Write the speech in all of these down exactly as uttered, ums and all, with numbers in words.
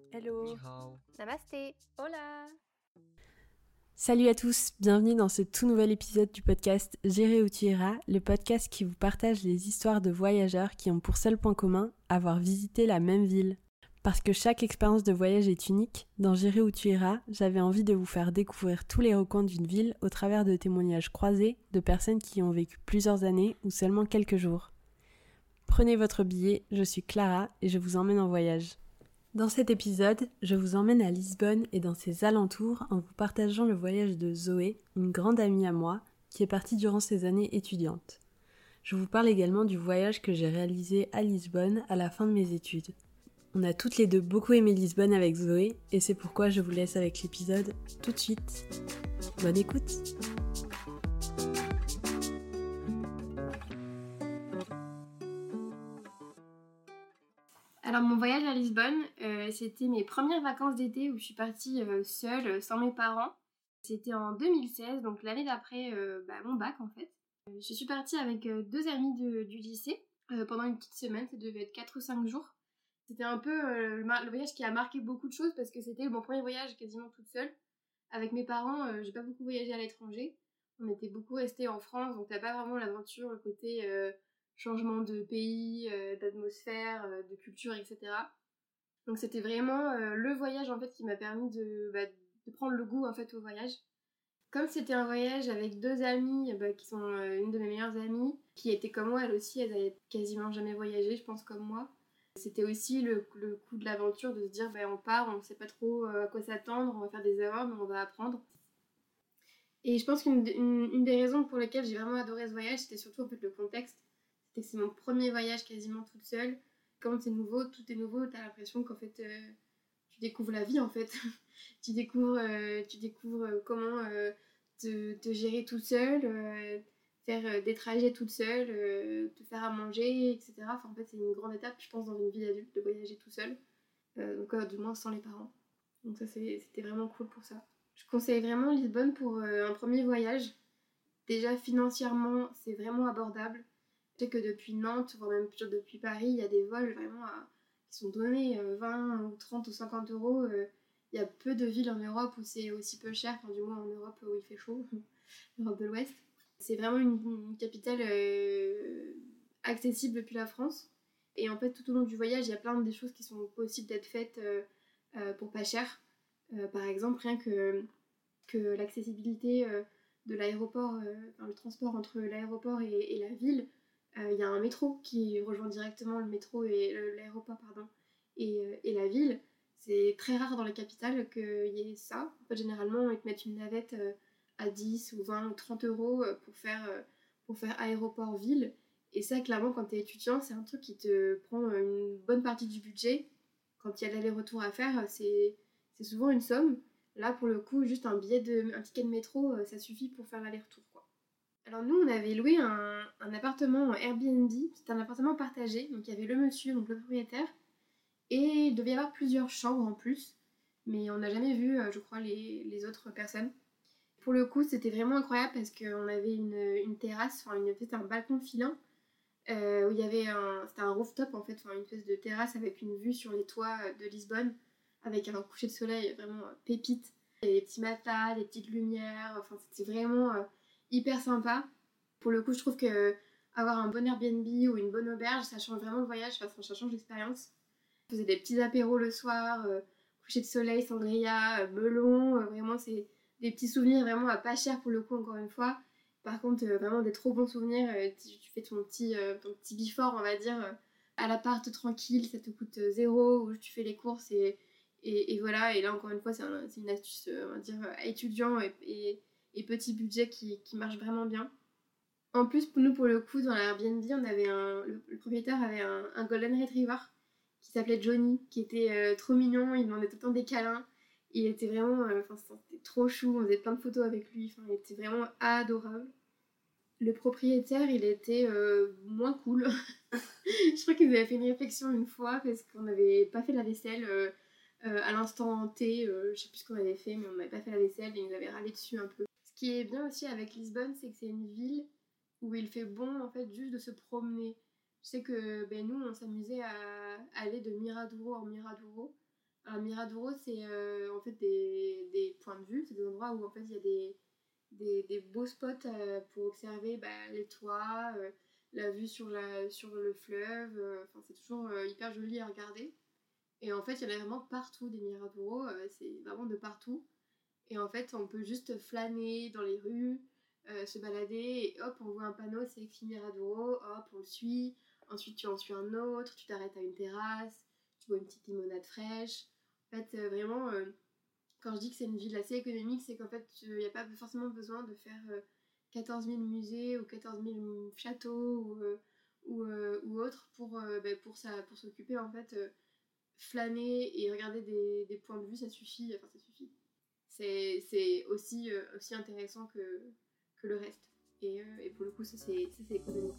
Hello. Ni hao. Namasté. Hola. Salut à tous, bienvenue dans ce tout nouvel épisode du podcast J'irai où tu iras, le podcast qui vous partage les histoires de voyageurs qui ont pour seul point commun avoir visité la même ville. Parce que chaque expérience de voyage est unique, dans J'irai où tu iras, j'avais envie de vous faire découvrir tous les recoins d'une ville au travers de témoignages croisés de personnes qui y ont vécu plusieurs années ou seulement quelques jours. Prenez votre billet, je suis Clara et je vous emmène en voyage. Dans cet épisode, je vous emmène à Lisbonne et dans ses alentours en vous partageant le voyage de Zoé, une grande amie à moi, qui est partie durant ses années étudiantes. Je vous parle également du voyage que j'ai réalisé à Lisbonne à la fin de mes études. On a toutes les deux beaucoup aimé Lisbonne avec Zoé et c'est pourquoi je vous laisse avec l'épisode tout de suite. Bonne écoute! Alors mon voyage à Lisbonne, euh, c'était mes premières vacances d'été où je suis partie euh, seule, sans mes parents. C'était en deux mille seize, donc l'année d'après euh, bah, mon bac en fait. Euh, je suis partie avec euh, deux amis de, du lycée euh, pendant une petite semaine, ça devait être quatre ou cinq jours. C'était un peu euh, le, mar- le voyage qui a marqué beaucoup de choses parce que c'était mon premier voyage quasiment toute seule. Avec mes parents, euh, j'ai pas beaucoup voyagé à l'étranger. On était beaucoup restés en France, donc t'as pas vraiment l'aventure, le côté... Euh, changement de pays, euh, d'atmosphère, euh, de culture, et cetera. Donc c'était vraiment euh, le voyage en fait qui m'a permis de, bah, de prendre le goût en fait au voyage. Comme c'était un voyage avec deux amies bah, qui sont euh, une de mes meilleures amies, qui étaient comme moi, elles aussi, elles avaient quasiment jamais voyagé, je pense comme moi. C'était aussi le, le coup de l'aventure de se dire bah, on part, on sait pas trop euh, à quoi s'attendre, on va faire des erreurs, mais on va apprendre. Et je pense qu'une une, une des raisons pour lesquelles j'ai vraiment adoré ce voyage, c'était surtout en fait le contexte. C'était que c'est mon premier voyage quasiment toute seule. Quand c'est nouveau, tout est nouveau, t'as l'impression qu'en fait euh, tu découvres la vie en fait. tu découvres, euh, tu découvres euh, comment euh, te, te gérer toute seule, euh, faire euh, des trajets toute seule, euh, te faire à manger, et cetera. Enfin, en fait, c'est une grande étape, je pense, dans une vie d'adulte de voyager tout seul. Euh, donc, euh, du moins sans les parents. Donc, ça, c'est, c'était vraiment cool pour ça. Je conseille vraiment Lisbonne pour euh, un premier voyage. Déjà, financièrement, c'est vraiment abordable. Je sais que depuis Nantes, voire même plutôt depuis Paris, il y a des vols vraiment à, qui sont donnés euh, vingt ou trente ou cinquante euros. Euh, il y a peu de villes en Europe où c'est aussi peu cher, enfin du moins en Europe où il fait chaud, l'Europe de l'Ouest. C'est vraiment une, une capitale euh, accessible depuis la France. Et en fait, tout au long du voyage, il y a plein de choses qui sont possibles d'être faites euh, euh, pour pas cher. Euh, par exemple, rien que, que l'accessibilité euh, de l'aéroport, euh, enfin, le transport entre l'aéroport et, et la ville. Il euh, y a un métro qui rejoint directement le métro et le, l'aéroport pardon, et, euh, et la ville. C'est très rare dans les capitales qu'il y ait ça. En fait, généralement, ils te mettent une navette euh, à dix ou vingt ou trente euros pour faire, euh, pour faire aéroport-ville. Et ça, clairement, quand t'es étudiant, c'est un truc qui te prend une bonne partie du budget. Quand il y a l'aller-retour à faire, c'est, c'est souvent une somme. Là, pour le coup, juste un billet de, un ticket de métro, ça suffit pour faire l'aller-retour, quoi. Alors nous, on avait loué un, un appartement en Airbnb. C'était un appartement partagé. Donc il y avait le monsieur, donc le propriétaire, et il devait y avoir plusieurs chambres en plus. Mais on n'a jamais vu, euh, je crois, les, les autres personnes. Pour le coup, c'était vraiment incroyable parce qu'on avait une, une terrasse, enfin une, c'était un balcon filin, euh, où il y avait un, c'était un rooftop en fait, enfin une espèce de terrasse avec une vue sur les toits de Lisbonne, avec un coucher de soleil vraiment euh, pépite. Il y avait des petits matelas, des petites lumières, enfin c'était vraiment euh, hyper sympa. Pour le coup, je trouve que avoir un bon Airbnb ou une bonne auberge, ça change vraiment le voyage, enfin, ça change l'expérience. On faisait des petits apéros le soir, euh, coucher de soleil, sangria, euh, melon, euh, vraiment c'est des petits souvenirs vraiment à pas cher pour le coup encore une fois. Par contre, euh, vraiment des trop bons souvenirs, euh, tu, tu fais ton petit, euh, ton petit before on va dire, euh, à l'appart tranquille, ça te coûte euh, zéro, où tu fais les courses et, et, et voilà. Et là encore une fois, c'est, un, c'est une astuce euh, on va dire étudiant et, et, et petit budget qui, qui marche vraiment bien. En plus, pour nous, pour le coup, dans l'Airbnb, on avait un, le, le propriétaire avait un, un Golden Retriever qui s'appelait Johnny, qui était euh, trop mignon, il demandait tout le temps des câlins. Il était vraiment, enfin, euh, c'était trop chou, on faisait plein de photos avec lui, enfin, il était vraiment adorable. Le propriétaire, il était euh, moins cool. Je crois qu'ils avaient fait une réflexion une fois parce qu'on n'avait pas fait la vaisselle euh, euh, à l'instant T, euh, je sais plus ce qu'on avait fait, mais on n'avait pas fait la vaisselle et ils nous avaient râlé dessus un peu. Ce qui est bien aussi avec Lisbonne, c'est que c'est une ville où il fait bon en fait juste de se promener. Je sais que ben, nous on s'amusait à aller de Miradouro en Miradouro. Alors Miradouro, c'est euh, en fait des, des points de vue, c'est des endroits où en fait il y a des, des, des beaux spots euh, pour observer bah, les toits, euh, la vue sur, la, sur le fleuve, euh, enfin c'est toujours euh, hyper joli à regarder. Et en fait il y en a vraiment partout des Miradouro, euh, c'est vraiment de partout. Et en fait on peut juste flâner dans les rues, euh, se balader et hop on voit un panneau, c'est écrit Miradouro, hop on le suit, ensuite tu en suis un autre, tu t'arrêtes à une terrasse, tu bois une petite limonade fraîche. En fait, euh, vraiment, euh, quand je dis que c'est une ville assez économique, c'est qu'en fait, il n'y a pas forcément besoin de faire euh, quatorze mille musées ou quatorze mille châteaux ou, euh, ou, euh, ou autres pour, euh, bah, pour, ça, pour s'occuper, en fait, euh, flâner et regarder des, des points de vue, ça suffit. Enfin, ça suffit. C'est, c'est aussi, euh, aussi intéressant que, que le reste. Et, euh, et pour le coup, ça, c'est, ça, c'est économique.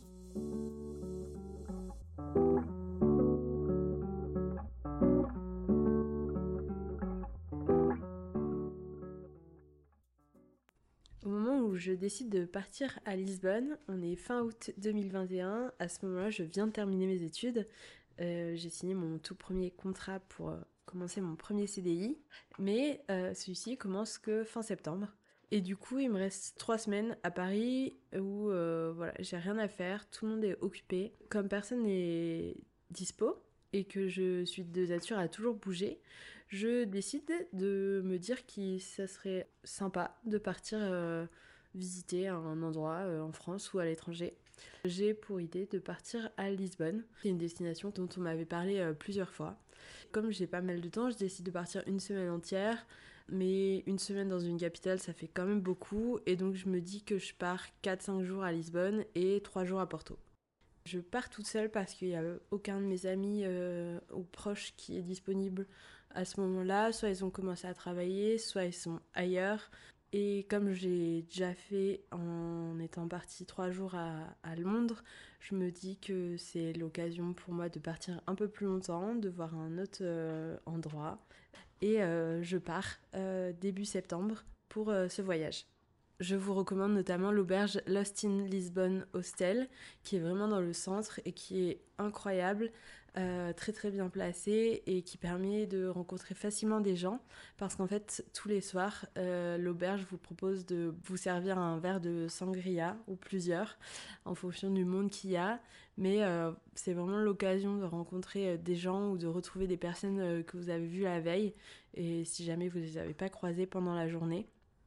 Au moment où je décide de partir à Lisbonne, on est fin août deux mille vingt et un. À ce moment-là, je viens de terminer mes études. Euh, j'ai signé mon tout premier contrat pour euh, commencer mon premier C D I. Mais euh, celui-ci commence que fin septembre. Et du coup, il me reste trois semaines à Paris où euh, voilà, j'ai rien à faire, tout le monde est occupé. Comme personne n'est dispo et que je suis de nature à toujours bouger, je décide de me dire que ça serait sympa de partir euh, visiter un endroit euh, en France ou à l'étranger. J'ai pour idée de partir à Lisbonne. C'est une destination dont on m'avait parlé euh, plusieurs fois. Comme j'ai pas mal de temps, je décide de partir une semaine entière. Mais une semaine dans une capitale, ça fait quand même beaucoup. Et donc je me dis que je pars quatre cinq jours à Lisbonne et trois jours à Porto. Je pars toute seule parce qu'il n'y a aucun de mes amis euh, ou proches qui est disponible à ce moment-là. Soit ils ont commencé à travailler, soit ils sont ailleurs. Et comme j'ai déjà fait en étant partie trois jours à, à Londres, je me dis que c'est l'occasion pour moi de partir un peu plus longtemps, de voir un autre euh, endroit. Et euh, je pars euh, début septembre pour euh, ce voyage. Je vous recommande notamment l'auberge Lost in Lisbon Hostel, qui est vraiment dans le centre et qui est incroyable, euh, très très bien placée et qui permet de rencontrer facilement des gens parce qu'en fait tous les soirs euh, l'auberge vous propose de vous servir un verre de sangria ou plusieurs en fonction du monde qu'il y a, mais euh, c'est vraiment l'occasion de rencontrer des gens ou de retrouver des personnes que vous avez vues la veille et si jamais vous ne les avez pas croisées pendant la journée.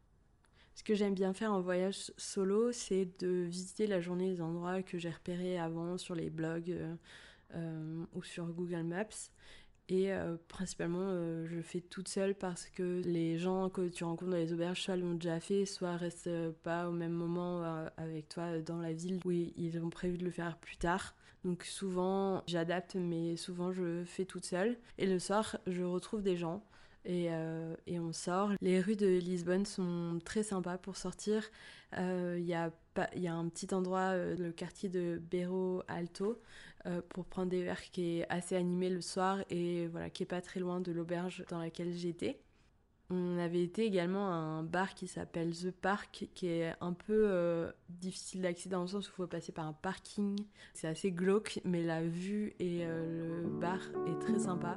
Ce que j'aime bien faire en voyage solo, c'est de visiter la journée des endroits que j'ai repérés avant sur les blogs euh, euh, ou sur Google Maps. Et euh, principalement, euh, je le fais toute seule parce que les gens que tu rencontres dans les auberges, soit l'ont déjà fait, soit restent pas au même moment euh, avec toi dans la ville où ils ont prévu de le faire plus tard. Donc souvent, j'adapte, mais souvent, je fais toute seule. Et le soir, je retrouve des gens. Et, euh, et on sort. Les rues de Lisbonne sont très sympas pour sortir. Il euh, y, y a un petit endroit, euh, le quartier de Bairro Alto, euh, pour prendre des verres qui est assez animé le soir et voilà, qui est pas très loin de l'auberge dans laquelle j'étais. On avait été également à un bar qui s'appelle The Park, qui est un peu euh, difficile d'accès dans le sens où il faut passer par un parking. C'est assez glauque, mais la vue et euh, le bar est très sympa.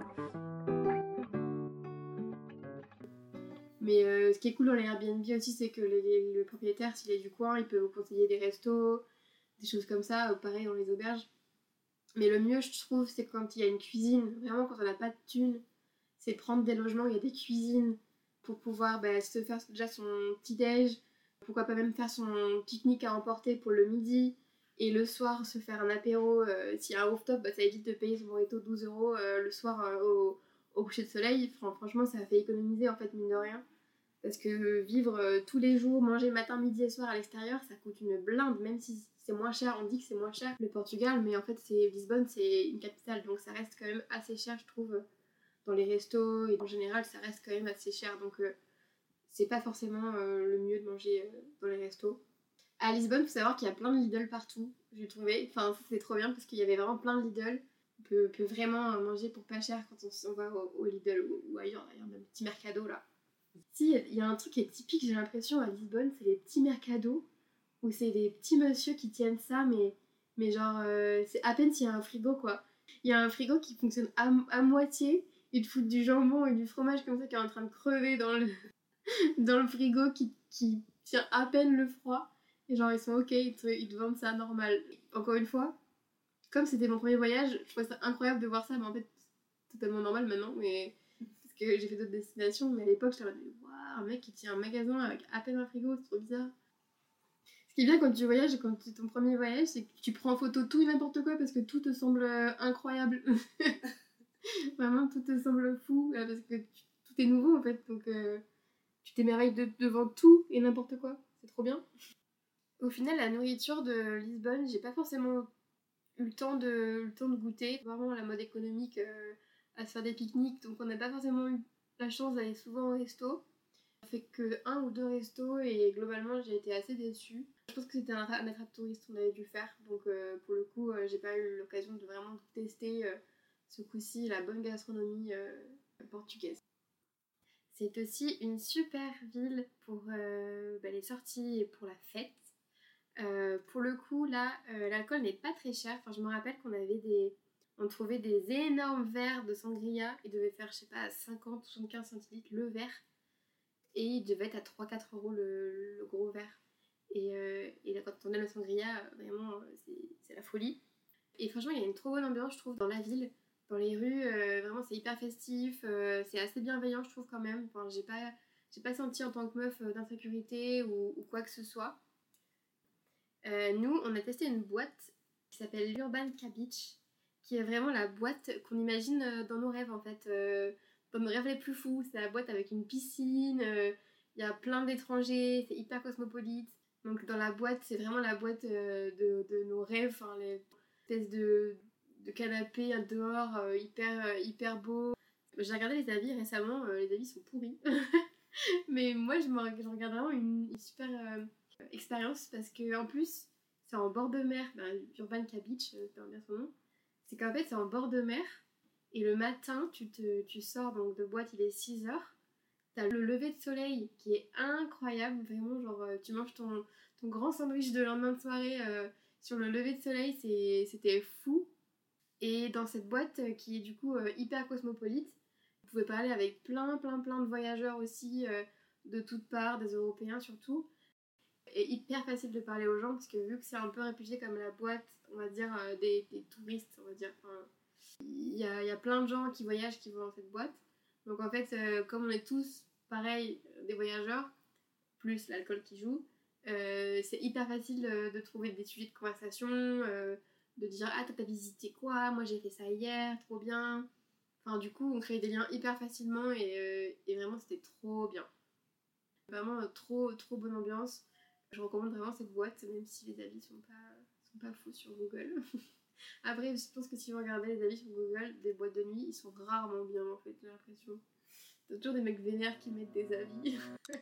Mais euh, ce qui est cool dans les Airbnb aussi, c'est que les, les, le propriétaire, s'il est du coin, il peut vous conseiller des restos, des choses comme ça, pareil dans les auberges. Mais le mieux, je trouve, c'est quand il y a une cuisine. Vraiment, quand on n'a pas de thunes, c'est prendre des logements où il y a des cuisines pour pouvoir bah, se faire déjà son petit-déj, pourquoi pas même faire son pique-nique à emporter pour le midi, et le soir se faire un apéro. Euh, s'il y a un rooftop, bah, ça évite de payer son burrito douze euros euh, le soir euh, au, au coucher de soleil. Franchement, ça fait économiser en fait, mine de rien. Parce que vivre euh, tous les jours, manger matin, midi et soir à l'extérieur, ça coûte une blinde, même si c'est moins cher. On dit que c'est moins cher que le Portugal, mais en fait, c'est Lisbonne, c'est une capitale, donc ça reste quand même assez cher, je trouve, dans les restos. Et en général, ça reste quand même assez cher, donc euh, c'est pas forcément euh, le mieux de manger euh, dans les restos. À Lisbonne, il faut savoir qu'il y a plein de Lidl partout, j'ai trouvé. Enfin, ça, c'est trop bien parce qu'il y avait vraiment plein de Lidl. On peut, peut vraiment manger pour pas cher quand on, on va au, au Lidl ou, ou ailleurs, d'ailleurs, même petit mercado là. Si, il y a un truc qui est typique, j'ai l'impression, à Lisbonne, c'est les petits mercados, où c'est des petits messieurs qui tiennent ça, mais, mais genre, euh, c'est à peine s'il y a un frigo, quoi. Il y a un frigo qui fonctionne à, à moitié, ils te foutent du jambon et du fromage comme ça qui est en train de crever dans le, dans le frigo qui, qui tient à peine le froid. Et genre, ils sont ok, ils te, ils te vendent ça normal. Encore une fois, comme c'était mon premier voyage, je trouvais ça incroyable de voir ça, mais en fait, c'est totalement normal maintenant. Mais parce que j'ai fait d'autres destinations, mais à l'époque, j'étais en mode, waouh, un mec qui tient un magasin avec à peine un frigo, c'est trop bizarre. Ce qui est bien quand tu voyages et quand c'est ton premier voyage, c'est que tu prends en photo tout et n'importe quoi parce que tout te semble incroyable. Vraiment, tout te semble fou euh, parce que tu- tout est nouveau en fait. Donc euh, tu t'émerveilles de, devant tout et n'importe quoi. C'est trop bien. Au final, la nourriture de Lisbonne, j'ai pas forcément eu le temps de, le temps de goûter. Vraiment la mode économique euh, à se faire des pique-niques. Donc on n'a pas forcément eu la chance d'aller souvent au resto. On fait que un ou deux restos et globalement j'ai été assez déçue. Je pense que c'était un, un attrape touriste qu'on avait dû faire, donc euh, pour le coup euh, j'ai pas eu l'occasion de vraiment tester euh, ce coup-ci la bonne gastronomie euh, portugaise. C'est aussi une super ville pour euh, bah, les sorties et pour la fête. Euh, pour le coup là, euh, l'alcool n'est pas très cher. Enfin je me rappelle qu'on avait des... On trouvait des énormes verres de sangria, ils devaient faire je sais pas cinquante ou soixante-quinze centilitres le verre. Et il devait être à trois à quatre euros le, le gros verre. Et, euh, et là, quand on aime la sangria, vraiment, euh, c'est, c'est la folie. Et franchement, il y a une trop bonne ambiance, je trouve, dans la ville. Dans les rues, euh, vraiment, c'est hyper festif. Euh, c'est assez bienveillant, je trouve, quand même. Enfin, j'ai pas, j'ai pas senti en tant que meuf euh, d'insécurité ou, ou quoi que ce soit. Euh, nous, on a testé une boîte qui s'appelle l'Urban Cabbage, qui est vraiment la boîte qu'on imagine euh, dans nos rêves, en fait. Euh, dans nos rêves les plus fous. C'est la boîte avec une piscine, il euh, y a plein d'étrangers, c'est hyper cosmopolite. Donc dans la boîte, c'est vraiment la boîte euh, de, de nos rêves, enfin, les espèces de, de canapés dehors euh, hyper, euh, hyper beaux. J'ai regardé les avis récemment, euh, les avis sont pourris. Mais moi, je, me, je regarde vraiment une, une super euh, expérience parce que en plus, c'est en bord de mer. Ben, Urban Cabbage, euh, c'est bien son nom. C'est qu'en fait, c'est en bord de mer. Et le matin, tu, te, tu sors donc de boîte, il est six heures. T'as le lever de soleil qui est incroyable, vraiment, genre euh, tu manges ton, ton grand sandwich de lendemain de soirée euh, sur le lever de soleil, c'est, c'était fou. Et dans cette boîte euh, qui est du coup euh, hyper cosmopolite, vous pouvez parler avec plein plein plein de voyageurs aussi, euh, de toutes parts, des Européens surtout. Et hyper facile de parler aux gens parce que vu que c'est un peu réputé comme la boîte, on va dire, euh, des, des touristes, on va dire, enfin, il y a, y a plein de gens qui voyagent qui vont dans cette boîte. Donc en fait, euh, comme on est tous pareil, euh, des voyageurs, plus l'alcool qui joue, euh, c'est hyper facile de, de trouver des sujets de conversation, euh, de dire ah t'as visité quoi, moi j'ai fait ça hier, trop bien. Enfin du coup on crée des liens hyper facilement et, euh, et vraiment c'était trop bien. Vraiment euh, trop trop bonne ambiance. Je recommande vraiment cette boîte même si les avis sont pas, sont pas fous sur Google. Après, je pense que si vous regardez les avis sur Google, des boîtes de nuit, ils sont rarement bien en fait, j'ai l'impression. T'as toujours des mecs vénères qui mettent des avis.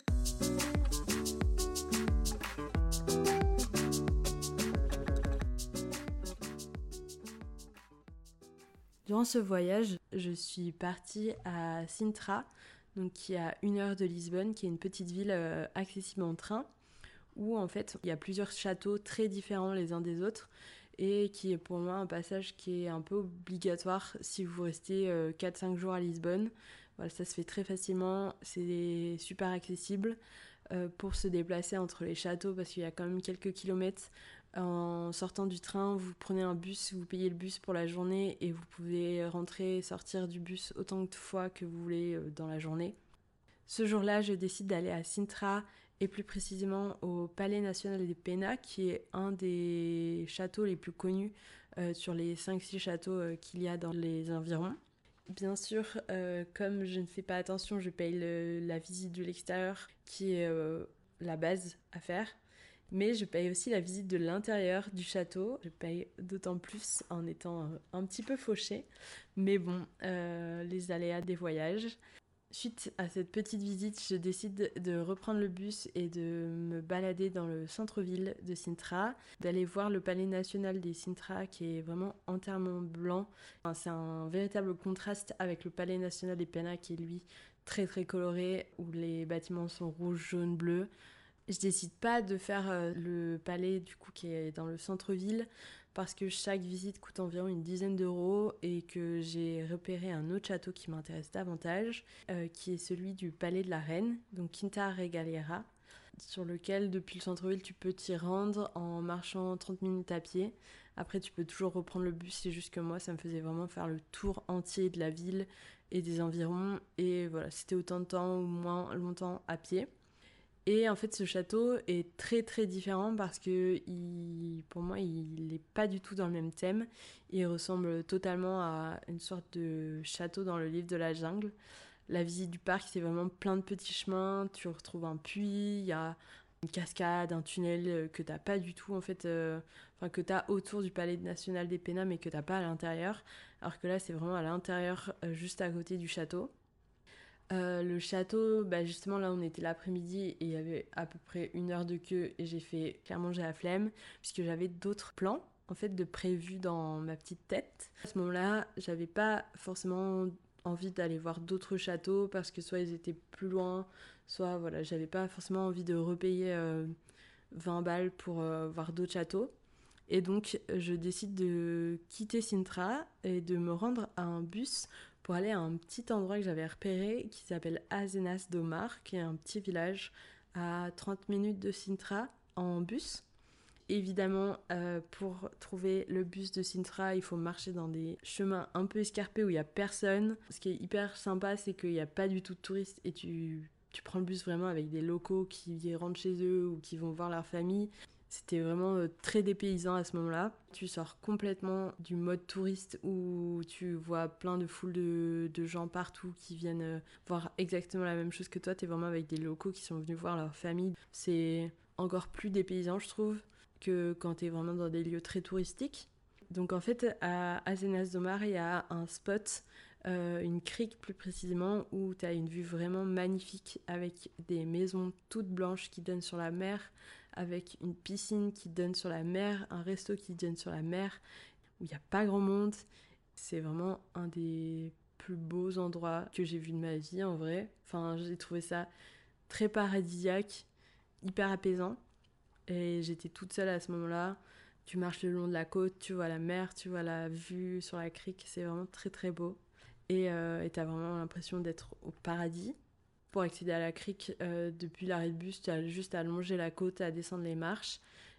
Durant ce voyage, je suis partie à Sintra, donc qui est à une heure de Lisbonne, qui est une petite ville euh, accessible en train, où en fait il y a plusieurs châteaux très différents les uns des autres, et qui est pour moi un passage qui est un peu obligatoire si vous restez euh, quatre à cinq jours à Lisbonne. Voilà, ça se fait très facilement, c'est super accessible euh, pour se déplacer entre les châteaux parce qu'il y a quand même quelques kilomètres. En sortant du train, vous prenez un bus, vous payez le bus pour la journée et vous pouvez rentrer et sortir du bus autant de fois que vous voulez euh, dans la journée. Ce jour-là, je décide d'aller à Sintra et plus précisément au Palais National de Pena, qui est un des châteaux les plus connus euh, sur les cinq six châteaux euh, qu'il y a dans les environs. Bien sûr, euh, comme je ne fais pas attention, je paye le, la visite de l'extérieur, qui est euh, la base à faire. Mais je paye aussi la visite de l'intérieur du château. Je paye d'autant plus en étant un petit peu fauchée. Mais bon, euh, les aléas des voyages. Suite à cette petite visite, je décide de reprendre le bus et de me balader dans le centre-ville de Sintra, d'aller voir le palais national des Sintra qui est vraiment entièrement blanc. Enfin, c'est un véritable contraste avec le palais national des Pena qui est lui très très coloré, où les bâtiments sont rouges, jaunes, bleus. Je décide pas de faire euh, le palais du coup qui est dans le centre-ville parce que chaque visite coûte environ une dizaine d'euros et que j'ai repéré un autre château qui m'intéresse davantage, euh, qui est celui du Palais de la Reine, donc Quinta Regaliera, sur lequel depuis le centre-ville tu peux t'y rendre en marchant trente minutes à pied. Après tu peux toujours reprendre le bus, c'est juste que moi ça me faisait vraiment faire le tour entier de la ville et des environs, et voilà, c'était autant de temps ou moins longtemps à pied. Et en fait, ce château est très très différent parce que il, pour moi, il n'est pas du tout dans le même thème. Il ressemble totalement à une sorte de château dans le livre de la jungle. La visite du parc, c'est vraiment plein de petits chemins. Tu retrouves un puits, il y a une cascade, un tunnel que t'as pas du tout en fait, euh, enfin que t'as autour du palais national des Pénats, mais que t'as pas à l'intérieur. Alors que là, c'est vraiment à l'intérieur, euh, juste à côté du château. Euh, le château, bah justement là on était l'après-midi et il y avait à peu près une heure de queue et j'ai fait clairement j'ai la flemme puisque j'avais d'autres plans en fait de prévus dans ma petite tête. À ce moment-là, j'avais pas forcément envie d'aller voir d'autres châteaux parce que soit ils étaient plus loin, soit voilà, j'avais pas forcément envie de repayer euh, vingt balles pour euh, voir d'autres châteaux. Et donc, je décide de quitter Sintra et de me rendre à un bus pour aller à un petit endroit que j'avais repéré qui s'appelle Azenas do Mar, qui est un petit village à trente minutes de Sintra en bus. Évidemment, euh, pour trouver le bus de Sintra, il faut marcher dans des chemins un peu escarpés où il n'y a personne. Ce qui est hyper sympa, c'est qu'il n'y a pas du tout de touristes et tu, tu prends le bus vraiment avec des locaux qui rentrent chez eux ou qui vont voir leur famille. C'était vraiment euh, très dépaysant à ce moment-là. Tu sors complètement du mode touriste où tu vois plein de foules de, de gens partout qui viennent euh, voir exactement la même chose que toi. T'es vraiment avec des locaux qui sont venus voir leur famille. C'est encore plus dépaysant, je trouve, que quand t'es vraiment dans des lieux très touristiques. Donc en fait, à Azenas do Mar, il y a un spot, euh, une crique plus précisément, où t'as une vue vraiment magnifique avec des maisons toutes blanches qui donnent sur la mer, avec une piscine qui donne sur la mer, un resto qui donne sur la mer, où il n'y a pas grand monde. C'est vraiment un des plus beaux endroits que j'ai vu de ma vie en vrai. Enfin, j'ai trouvé ça très paradisiaque, hyper apaisant. Et j'étais toute seule à ce moment-là. Tu marches le long de la côte, tu vois la mer, tu vois la vue sur la crique, c'est vraiment très très beau. Et euh, et t'as vraiment l'impression d'être au paradis. Pour accéder à la crique, euh, depuis l'arrêt de bus, tu as juste à longer la côte, à descendre les marches.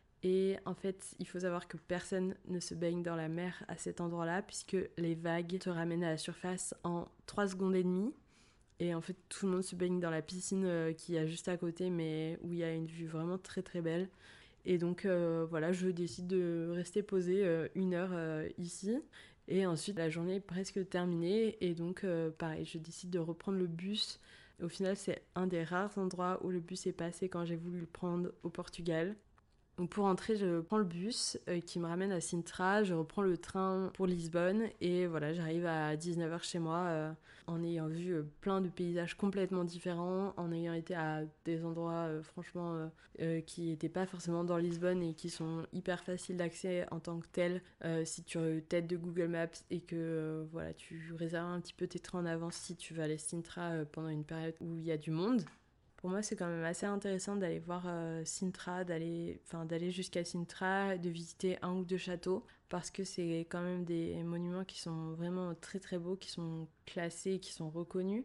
Et en fait, il faut savoir que personne ne se baigne dans la mer à cet endroit-là, puisque les vagues te ramènent à la surface en trois secondes et demie. Et en fait, tout le monde se baigne dans la piscine euh, qui est juste à côté, mais où il y a une vue vraiment très très belle. Et donc euh, voilà, je décide de rester posée euh, une heure euh, ici. Et ensuite, la journée est presque terminée. Et donc, euh, pareil, je décide de reprendre le bus. Au final, c'est un des rares endroits où le bus est passé quand j'ai voulu le prendre au Portugal. Donc pour rentrer, je prends le bus euh, qui me ramène à Sintra, je reprends le train pour Lisbonne et voilà, j'arrive à dix-neuf heures chez moi euh, en ayant vu euh, plein de paysages complètement différents, en ayant été à des endroits euh, franchement euh, euh, qui n'étaient pas forcément dans Lisbonne et qui sont hyper faciles d'accès en tant que tels euh, si tu t'aides de Google Maps et que euh, voilà, tu réserves un petit peu tes trains en avance si tu veux aller à Sintra euh, pendant une période où il y a du monde. Pour moi, c'est quand même assez intéressant d'aller voir euh, Sintra, d'aller, enfin, d'aller jusqu'à Sintra, de visiter un ou deux châteaux, parce que c'est quand même des monuments qui sont vraiment très très beaux, qui sont classés, qui sont reconnus,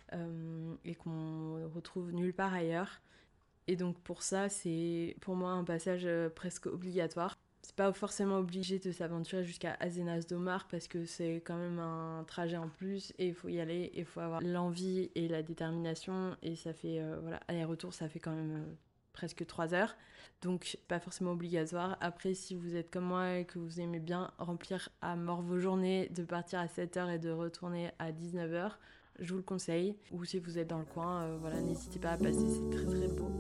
euh, et qu'on retrouve nulle part ailleurs. Et donc pour ça, c'est pour moi un passage euh, presque obligatoire. C'est pas forcément obligé de s'aventurer jusqu'à Azenas do Mar parce que c'est quand même un trajet en plus et il faut y aller, il faut avoir l'envie et la détermination et ça fait, euh, voilà, aller-retour ça fait quand même euh, presque trois heures. Donc pas forcément obligatoire. Après si vous êtes comme moi et que vous aimez bien remplir à mort vos journées, de partir à sept heures et de retourner à dix-neuf heures, je vous le conseille. Ou si vous êtes dans le coin, euh, voilà, n'hésitez pas à passer, c'est très très beau.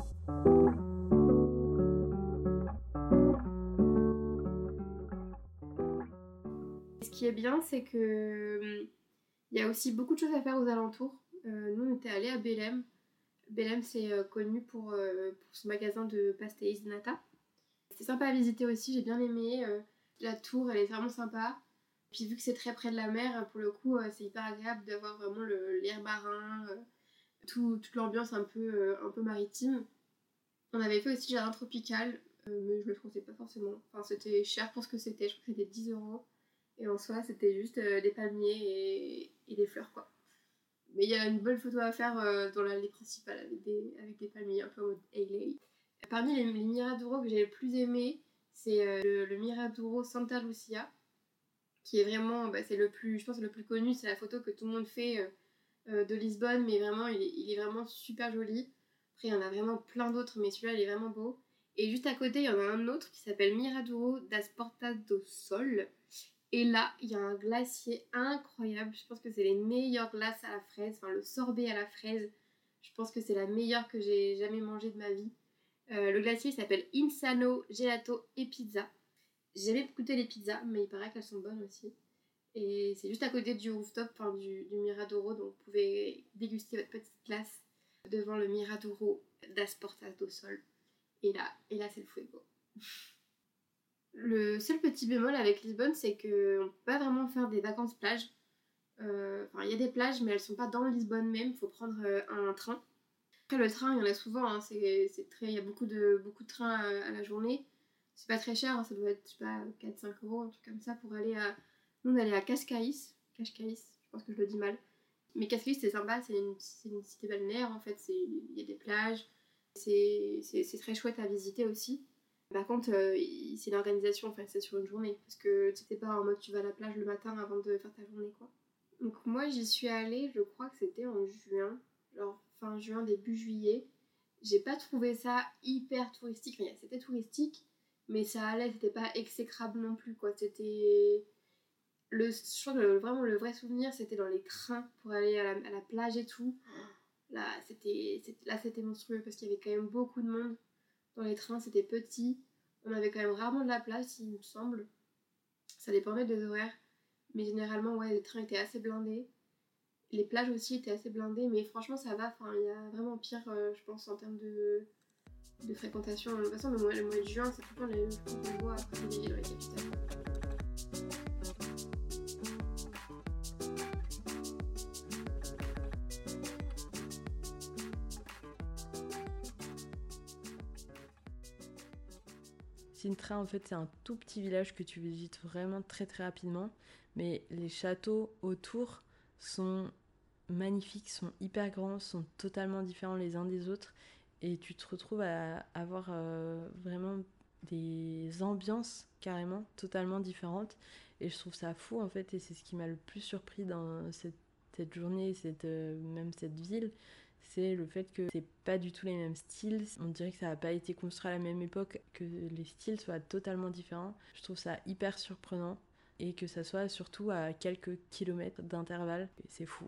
Ce qui est bien, c'est que il y a aussi beaucoup de choses à faire aux alentours. Euh, nous, on était allés à Belém. Belém, c'est euh, connu pour, euh, pour ce magasin de pastéis de nata. C'était sympa à visiter aussi, j'ai bien aimé. Euh, la tour, elle est vraiment sympa. Puis vu que c'est très près de la mer, pour le coup, euh, c'est hyper agréable d'avoir vraiment le, l'air marin, euh, tout, toute l'ambiance un peu, euh, un peu maritime. On avait fait aussi jardin tropical. Euh, mais je le trouvais pas forcément. Enfin, c'était cher pour ce que c'était. Je crois que c'était dix euros. Et en soi, c'était juste euh, des palmiers et, et des fleurs, quoi. Mais il y a une bonne photo à faire euh, dans l'allée principale avec des, avec des palmiers un peu en mode Hayley. Parmi les, les Miradoro que j'ai le plus aimé, c'est euh, le, le Miradoro Santa Lucia, qui est vraiment, bah, c'est le plus, je pense, le plus connu. C'est la photo que tout le monde fait euh, euh, de Lisbonne, mais vraiment, il est, il est vraiment super joli. Après, il y en a vraiment plein d'autres, mais celui-là, il est vraiment beau. Et juste à côté, il y en a un autre qui s'appelle Miradoro das Portas do Sol. Et là, il y a un glacier incroyable. Je pense que c'est les meilleures glaces à la fraise, enfin le sorbet à la fraise. Je pense que c'est la meilleure que j'ai jamais mangée de ma vie. Euh, le glacier s'appelle Insano Gelato et Pizza. J'ai jamais goûté les pizzas, mais il paraît qu'elles sont bonnes aussi. Et c'est juste à côté du rooftop, enfin du, du Miradoro, donc vous pouvez déguster votre petite glace devant le Miradoro das Portas do Sol. Et là, et là c'est le fuego. Le seul petit bémol avec Lisbonne, c'est qu'on ne peut pas vraiment faire des vacances plage. Euh, Enfin, il y a des plages, mais elles sont pas dans Lisbonne même, il faut prendre euh, un train. Après, le train, il y en a souvent, hein, c'est, c'est très, il y a beaucoup de, beaucoup de trains à, à la journée. C'est pas très cher, hein, ça doit être, je sais pas, quatre cinq euros, un truc comme ça, pour aller à... Nous, on allait à Cascais, Cascais, je pense que je le dis mal. Mais Cascais, c'est sympa, c'est une, c'est une cité balnéaire, en fait, c'est, il y a des plages, c'est, c'est, c'est très chouette à visiter aussi. Par contre, euh, c'est l'organisation, enfin, c'est sur une journée, parce que c'était pas en mode tu vas à la plage le matin avant de faire ta journée, quoi. Donc moi, j'y suis allée, je crois que c'était en juin, genre fin juin, début juillet. J'ai pas trouvé ça hyper touristique, enfin, c'était touristique, mais ça allait, c'était pas exécrable non plus, quoi. C'était... Le, je crois que le, vraiment le vrai souvenir, c'était dans les trains pour aller à la, à la plage et tout. Là, c'était, c'était, là, c'était monstrueux, parce qu'il y avait quand même beaucoup de monde. Dans les trains, c'était petit. On avait quand même rarement de la place, il me semble. Ça dépendait des horaires. Mais généralement, ouais, les trains étaient assez blindés. Les plages aussi étaient assez blindées. Mais franchement, ça va. Enfin, il y a vraiment pire, euh, je pense, en termes de, de fréquentation. De toute façon, le mois, le mois de juin, c'est tout le temps les, je pense, on le voit après les villes dans les capitales. Sintra, en fait, c'est un tout petit village que tu visites vraiment très très rapidement, mais les châteaux autour sont magnifiques, sont hyper grands, sont totalement différents les uns des autres, et tu te retrouves à avoir euh, vraiment des ambiances carrément totalement différentes, et je trouve ça fou en fait, et c'est ce qui m'a le plus surpris dans cette, cette journée, cette, euh, même cette ville, c'est le fait que c'est pas du tout les mêmes styles. On dirait que ça n'a pas été construit à la même époque, que les styles soient totalement différents. Je trouve ça hyper surprenant et que ça soit surtout à quelques kilomètres d'intervalle. C'est fou.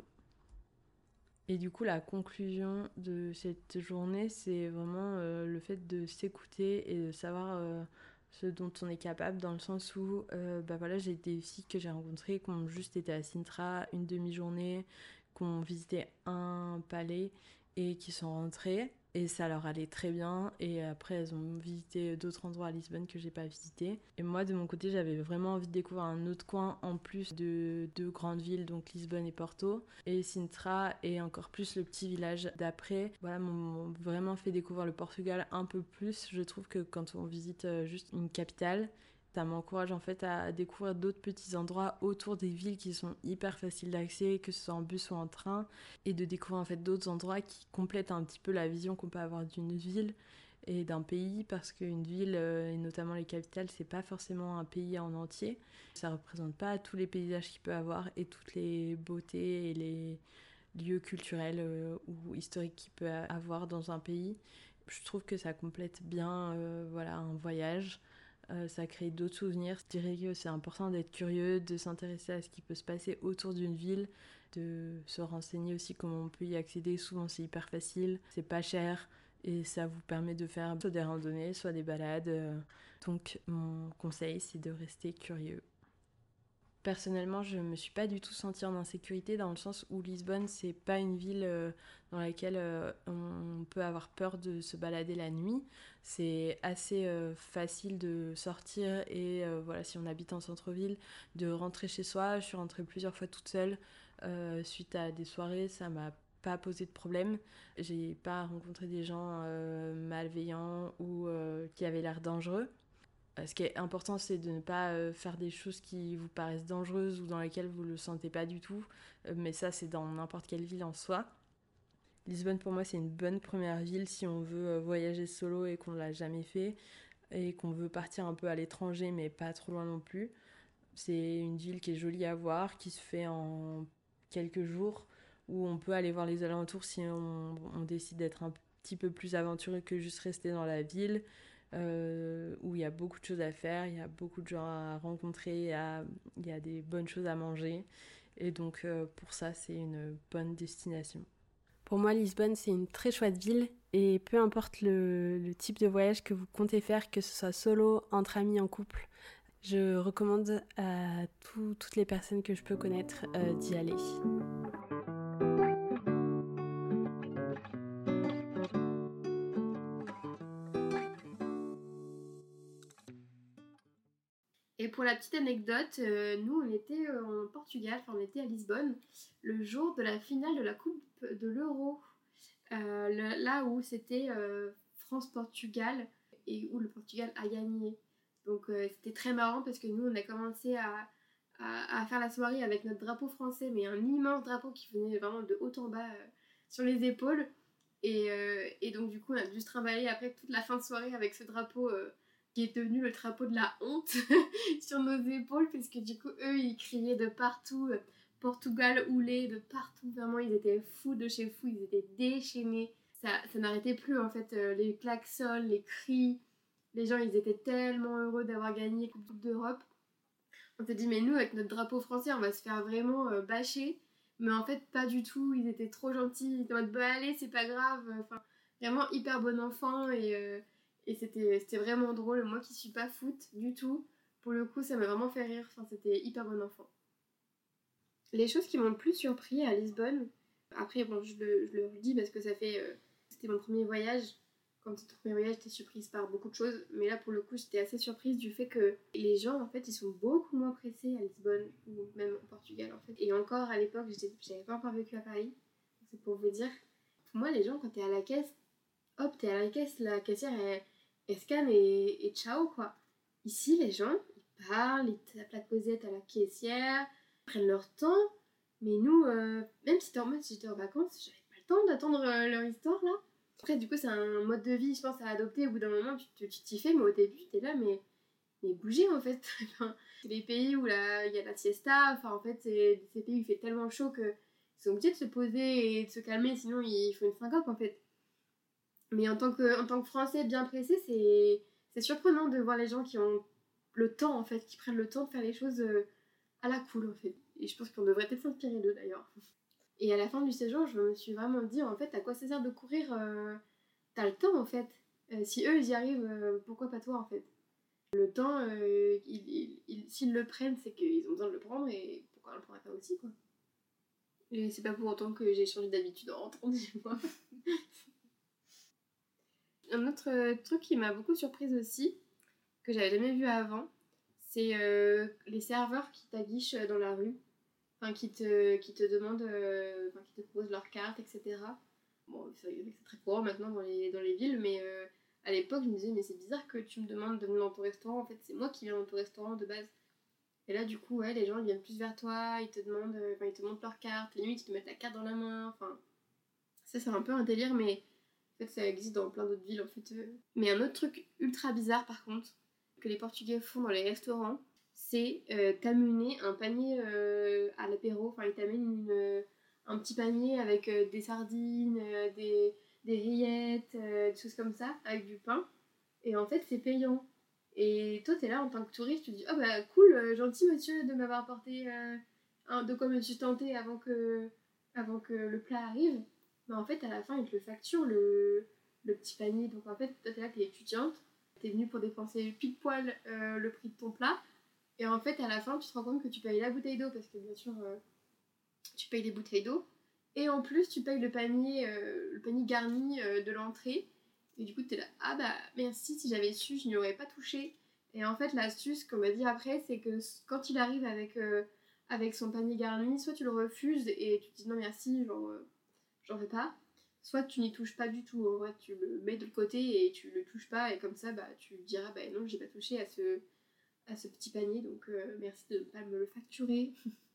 Et du coup, la conclusion de cette journée, c'est vraiment euh, le fait de s'écouter et de savoir euh, ce dont on est capable, dans le sens où euh, bah voilà, j'ai des filles que j'ai rencontrées qui ont juste été à Sintra une demi-journée, qui ont visité un palais et qui sont rentrées. Et ça leur allait très bien. Et après, elles ont visité d'autres endroits à Lisbonne que j'ai pas visités. Et moi, de mon côté, j'avais vraiment envie de découvrir un autre coin en plus de deux grandes villes, donc Lisbonne et Porto. Et Sintra et encore plus le petit village d'après. Voilà, m'ont vraiment fait découvrir le Portugal un peu plus. Je trouve que quand on visite juste une capitale, ça m'encourage en fait à découvrir d'autres petits endroits autour des villes qui sont hyper faciles d'accès, que ce soit en bus ou en train, et de découvrir en fait d'autres endroits qui complètent un petit peu la vision qu'on peut avoir d'une ville et d'un pays, parce qu'une ville, et notamment les capitales, c'est pas forcément un pays en entier. Ça représente pas tous les paysages qu'il peut avoir et toutes les beautés et les lieux culturels ou historiques qu'il peut avoir dans un pays. Je trouve que ça complète bien euh, voilà, un voyage. Euh, ça crée d'autres souvenirs. Je dirais que c'est important d'être curieux, de s'intéresser à ce qui peut se passer autour d'une ville, de se renseigner aussi comment on peut y accéder. Souvent c'est hyper facile, c'est pas cher et ça vous permet de faire soit des randonnées, soit des balades. Donc mon conseil, c'est de rester curieux. Personnellement, je me suis pas du tout sentie en insécurité, dans le sens où Lisbonne, c'est pas une ville euh, dans laquelle euh, on peut avoir peur de se balader la nuit. C'est assez euh, facile de sortir et euh, voilà, si on habite en centre-ville, de rentrer chez soi. Je suis rentrée plusieurs fois toute seule euh, suite à des soirées, ça m'a pas posé de problème. J'ai pas rencontré des gens euh, malveillants ou euh, qui avaient l'air dangereux. Ce qui est important, c'est de ne pas euh, faire des choses qui vous paraissent dangereuses ou dans lesquelles vous ne le sentez pas du tout. Euh, mais ça, c'est dans n'importe quelle ville en soi. Lisbonne, pour moi, c'est une bonne première ville si on veut euh, voyager solo et qu'on ne l'a jamais fait et qu'on veut partir un peu à l'étranger, mais pas trop loin non plus. C'est une ville qui est jolie à voir, qui se fait en quelques jours, où on peut aller voir les alentours si on, on décide d'être un petit peu plus aventureux que juste rester dans la ville. Euh, où il y a beaucoup de choses à faire, il y a beaucoup de gens à rencontrer, il y a, il y a des bonnes choses à manger. Et donc euh, pour ça, c'est une bonne destination. Pour moi, Lisbonne, c'est une très chouette ville. Et peu importe le, le type de voyage que vous comptez faire, que ce soit solo, entre amis, en couple, je recommande à tout, toutes les personnes que je peux connaître euh, d'y aller. Et pour la petite anecdote, euh, nous on était euh, en Portugal, enfin on était à Lisbonne, le jour de la finale de la Coupe de l'Euro. Euh, le, là où c'était euh, France-Portugal et où le Portugal a gagné. Donc euh, c'était très marrant parce que nous on a commencé à, à, à faire la soirée avec notre drapeau français, mais un immense drapeau qui venait vraiment de haut en bas euh, sur les épaules. Et, euh, et donc du coup on a dû se trimballer après toute la fin de soirée avec ce drapeau euh, qui est devenu le drapeau de la honte sur nos épaules, parce que du coup eux ils criaient de partout euh, Portugal houlé, de partout, vraiment ils étaient fous de chez fous, ils étaient déchaînés, ça, ça n'arrêtait plus en fait, euh, les klaxons, les cris, les gens ils étaient tellement heureux d'avoir gagné Coupe d'Europe. On s'est dit mais nous avec notre drapeau français on va se faire vraiment euh, bâcher, mais en fait pas du tout, ils étaient trop gentils, ils étaient en mode bah allez c'est pas grave, enfin vraiment hyper bon enfant, et, euh, et c'était, c'était vraiment drôle. Moi qui suis pas foot du tout, pour le coup ça m'a vraiment fait rire, enfin c'était hyper bon enfant. Les choses qui m'ont le plus surpris à Lisbonne, après bon je le, je le dis parce que ça fait, euh, c'était mon premier voyage, quand c'était ton premier voyage t'es surprise par beaucoup de choses, mais là pour le coup j'étais assez surprise du fait que les gens en fait ils sont beaucoup moins pressés à Lisbonne ou même au Portugal en fait. Et encore à l'époque j'étais, j'avais pas encore vécu à Paris, c'est pour vous dire. Pour moi les gens quand t'es à la caisse, hop t'es à la caisse, la caissière elle, elle scanne et, et ciao quoi. Ici les gens ils parlent, ils tapent la causette à la caissière, prennent leur temps, mais nous, euh, même si, en, si j'étais en vacances, j'avais pas le temps d'attendre euh, leur histoire là. Après, du coup, c'est un mode de vie, je pense, à adopter. Au bout d'un moment, tu, tu t'y fais, mais au début, t'es là, mais, mais bougez en fait. C'est des pays où il y a la siesta, enfin, en fait, c'est ces pays où il fait tellement chaud qu'ils sont obligés de se poser et de se calmer, sinon il faut une syncope en fait. Mais en tant que, en tant que Français bien pressé, c'est, c'est surprenant de voir les gens qui ont le temps en fait, qui prennent le temps de faire les choses. Euh, à la cool en fait. Et je pense qu'on devrait peut-être s'inspirer d'eux d'ailleurs. Et à la fin du séjour, je me suis vraiment dit en fait à quoi ça sert de courir, euh, t'as le temps en fait. Euh, si eux ils y arrivent, euh, pourquoi pas toi en fait. Le temps, euh, ils, ils, ils, s'ils le prennent, c'est qu'ils ont besoin de le prendre, et pourquoi on le prendrait pas aussi quoi. Et c'est pas pour autant que j'ai changé d'habitude en rentrant chez moi. Un autre truc qui m'a beaucoup surprise aussi, que j'avais jamais vu avant, c'est euh, les serveurs qui t'aguichent dans la rue, enfin qui te, qui te demandent, euh, enfin qui te proposent leur carte, et cetera. Bon, c'est vrai que c'est très courant maintenant dans les, dans les villes, mais euh, à l'époque je me disais mais c'est bizarre que tu me demandes de venir dans ton restaurant, en fait c'est moi qui viens dans ton restaurant de base. Et là du coup ouais, les gens ils viennent plus vers toi, ils te demandent, enfin euh, ils te montrent leur carte, limite ils te mettent la carte dans la main, enfin ça c'est un peu un délire, mais en fait ça existe dans plein d'autres villes en fait. Euh. Mais un autre truc ultra bizarre par contre, que les Portugais font dans les restaurants, c'est euh, t'amener un panier euh, à l'apéro, enfin ils t'amènent une, euh, un petit panier avec euh, des sardines, euh, des, des rillettes, euh, des choses comme ça, avec du pain, et en fait c'est payant. Et toi t'es là en tant que touriste, tu te dis oh bah cool, euh, gentil monsieur de m'avoir apporté euh, un, de quoi me suis tentée avant que, avant que le plat arrive. Mais en fait à la fin ils te le facturent le, le petit panier, donc en fait toi t'es là, t'es étudiante, t'es venue pour dépenser pile poil euh, le prix de ton plat, et en fait à la fin tu te rends compte que tu payes la bouteille d'eau, parce que bien sûr euh, tu payes les bouteilles d'eau, et en plus tu payes le panier, euh, le panier garni euh, de l'entrée, et du coup t'es là ah bah merci, si j'avais su je n'y aurais pas touché. Et en fait l'astuce qu'on m'a dit après, c'est que quand il arrive avec, euh, avec son panier garni, soit tu le refuses et tu te dis non merci, genre, euh, j'en fais pas, soit tu n'y touches pas du tout, en vrai tu le mets de côté et tu le touches pas et comme ça bah tu diras bah non j'ai pas touché à ce, à ce petit panier donc euh, merci de ne pas me le facturer.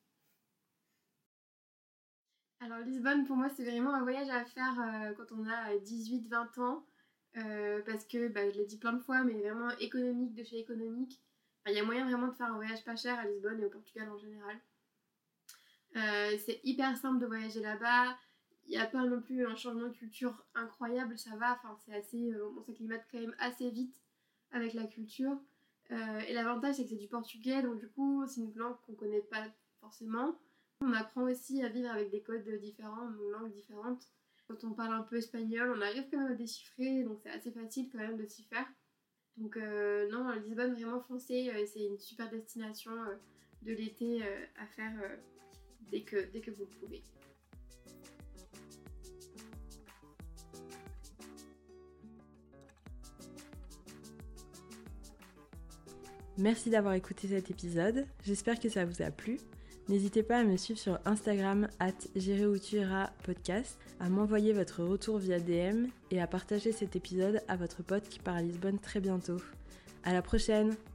Alors Lisbonne pour moi c'est vraiment un voyage à faire euh, quand on a dix-huit vingt ans euh, parce que bah, je l'ai dit plein de fois mais vraiment économique de chez économique. Il enfin, y a moyen vraiment de faire un voyage pas cher à Lisbonne et au Portugal en général. Euh, c'est hyper simple de voyager là-bas. Il n'y a pas non plus un changement de culture incroyable, ça va, enfin c'est assez, euh, on s'acclimate quand même assez vite avec la culture. Euh, et l'avantage c'est que c'est du portugais, donc du coup c'est une langue qu'on connaît pas forcément. On apprend aussi à vivre avec des codes différents, une langue différente. Quand on parle un peu espagnol, on arrive quand même à déchiffrer, donc c'est assez facile quand même de s'y faire. Donc euh, non, Lisbonne vraiment foncez, euh, c'est une super destination euh, de l'été euh, à faire euh, dès que, dès que vous le pouvez. Merci d'avoir écouté cet épisode, j'espère que ça vous a plu. N'hésitez pas à me suivre sur Instagram arobase j'irai-où-tu-iras podcast, à m'envoyer votre retour via D M et à partager cet épisode à votre pote qui part à Lisbonne très bientôt. À la prochaine!